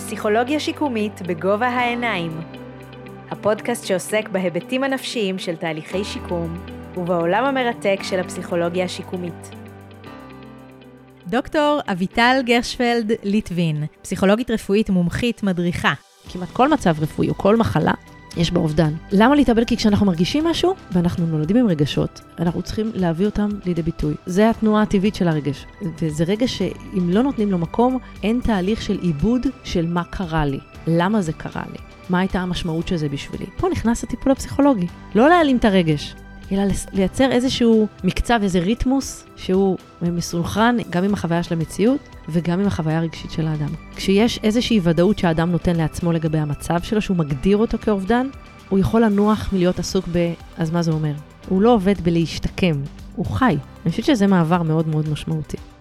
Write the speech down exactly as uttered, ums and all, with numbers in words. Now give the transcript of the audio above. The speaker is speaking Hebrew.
פסיכולוגיה שיקומית בגובה העיניים. הפודקאסט שעוסק בהיבטים הנפשיים של תהליכי שיקום ובעולם המרתק של הפסיכולוגיה השיקומית. דוקטור אביטל גרשפלד ליטבין, פסיכולוגית רפואית מומחית מדריכה. כמעט כל מצב רפואי או כל מחלה יש בה אובדן. למה להתאבל? כי כשאנחנו מרגישים משהו ואנחנו נולדים עם רגשות, אנחנו צריכים להביא אותם לידי ביטוי. זה התנועה הטבעית של הרגש. וזה רגש שאם לא נותנים לו מקום, אין תהליך של עיבוד של מה קרה לי. למה זה קרה לי? מה הייתה המשמעות של זה בשבילי? פה נכנס הטיפול הפסיכולוגי. לא להעלים את הרגש, אלא לייצר איזשהו מקצב, איזה ריתמוס שהוא מסונכרן גם עם החוויה של המציאות וגם עם החוויה הרגשית של האדם. כשיש איזושהי ודאות שהאדם נותן לעצמו לגבי המצב שלו, שהוא מגדיר אותו כאובדן, הוא יכול לנוח מלהיות עסוק ב... אז מה זה אומר? הוא לא עובד בלהשתקם, הוא חי. אני חושבת שזה מעבר מאוד מאוד משמעותי.